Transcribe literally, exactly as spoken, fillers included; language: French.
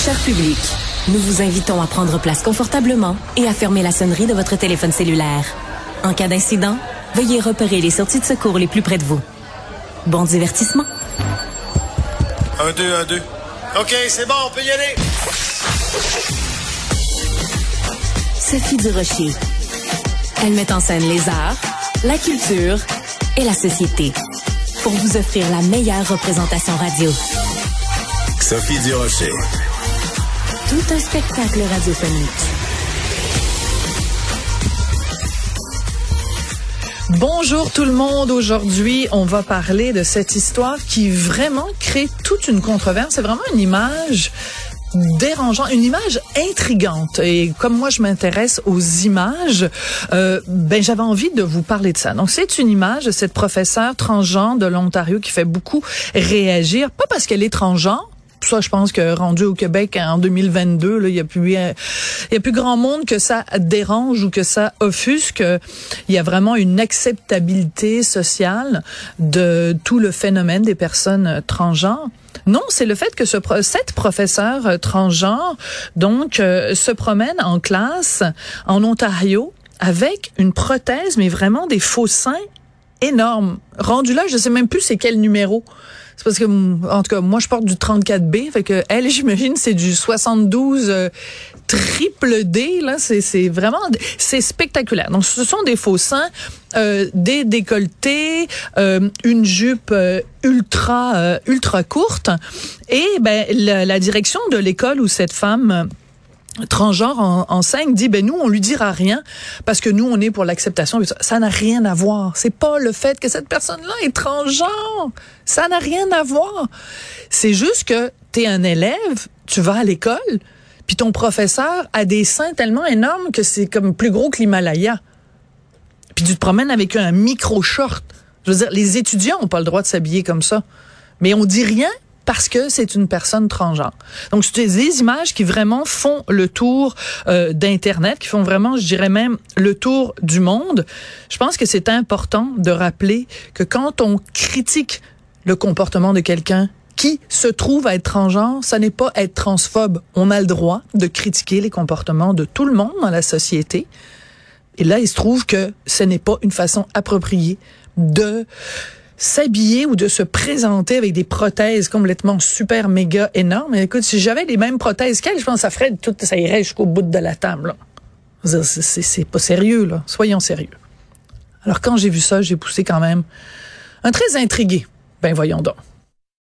Cher public, nous vous invitons à prendre place confortablement et à fermer la sonnerie de votre téléphone cellulaire. En cas d'incident, veuillez repérer les sorties de secours les plus près de vous. Bon divertissement. Un, deux, un, deux. OK, c'est bon, on peut y aller. Sophie Durocher. Elle met en scène les arts, la culture et la société pour vous offrir la meilleure représentation radio. Sophie Durocher. Tout un spectacle radiophonique. Bonjour tout le monde. Aujourd'hui, on va parler de cette histoire qui vraiment crée toute une controverse. C'est vraiment une image dérangeante, une image intrigante. Et comme moi, je m'intéresse aux images, euh, ben j'avais envie de vous parler de ça. Donc, c'est une image de cette professeure transgenre de l'Ontario qui fait beaucoup réagir, pas parce qu'elle est transgenre. Ça, je pense que rendu au Québec en deux mille vingt-deux, là, il y a plus, il y a plus grand monde que ça dérange ou que ça offusque. Il y a vraiment une acceptabilité sociale de tout le phénomène des personnes transgenres. Non, c'est le fait que ce, cette professeure transgenre, donc, euh, se promène en classe en Ontario avec une prothèse, mais vraiment des faux seins énormes. Rendu là, je sais même plus c'est quel numéro. C'est parce que, en tout cas, moi, je porte du trente-quatre B, fait que elle, j'imagine, c'est du soixante-douze euh, triple D, là. C'est, c'est vraiment, c'est spectaculaire. Donc, ce sont des faux seins, euh, des décolletés, euh, une jupe euh, ultra, euh, ultra courte. Et, ben, la, la direction de l'école où cette femme transgenre en, enseigne dit, ben nous, on lui dira rien parce que nous, on est pour l'acceptation. Ça n'a rien à voir. C'est pas le fait que cette personne-là est transgenre. Ça n'a rien à voir. C'est juste que t'es un élève, tu vas à l'école, puis ton professeur a des seins tellement énormes que c'est comme plus gros que l'Himalaya. Puis tu te promènes avec un micro-short. Je veux dire, les étudiants ont pas le droit de s'habiller comme ça. Mais on dit rien parce que c'est une personne transgenre. Donc, c'est des images qui vraiment font le tour euh, d'Internet, qui font vraiment, je dirais même, le tour du monde. Je pense que c'est important de rappeler que quand on critique le comportement de quelqu'un qui se trouve à être transgenre, ça n'est pas être transphobe. On a le droit de critiquer les comportements de tout le monde dans la société. Et là, il se trouve que ce n'est pas une façon appropriée de s'habiller ou de se présenter avec des prothèses complètement super méga énormes. Et écoute, si j'avais les mêmes prothèses qu'elle, je pense que ça ferait tout, ça irait jusqu'au bout de la table, là. C'est, c'est, c'est pas sérieux, là. Soyons sérieux. Alors, quand j'ai vu ça, j'ai poussé quand même un très intrigué. Ben, voyons donc.